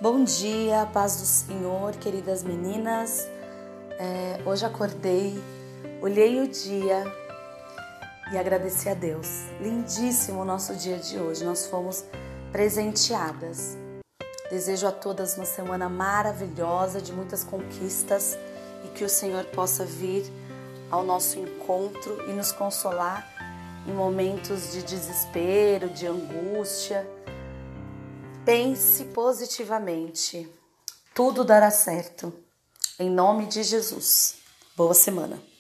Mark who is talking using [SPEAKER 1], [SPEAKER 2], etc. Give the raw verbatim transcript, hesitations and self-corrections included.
[SPEAKER 1] Bom dia, paz do Senhor, queridas meninas. É, hoje acordei, olhei o dia e agradeci a Deus. Lindíssimo o nosso dia de hoje, nós fomos presenteadas. Desejo a todas uma semana maravilhosa, de muitas conquistas e que o Senhor possa vir ao nosso encontro e nos consolar em momentos de desespero, de angústia. Pense positivamente, tudo dará certo. Em nome de Jesus. Boa semana.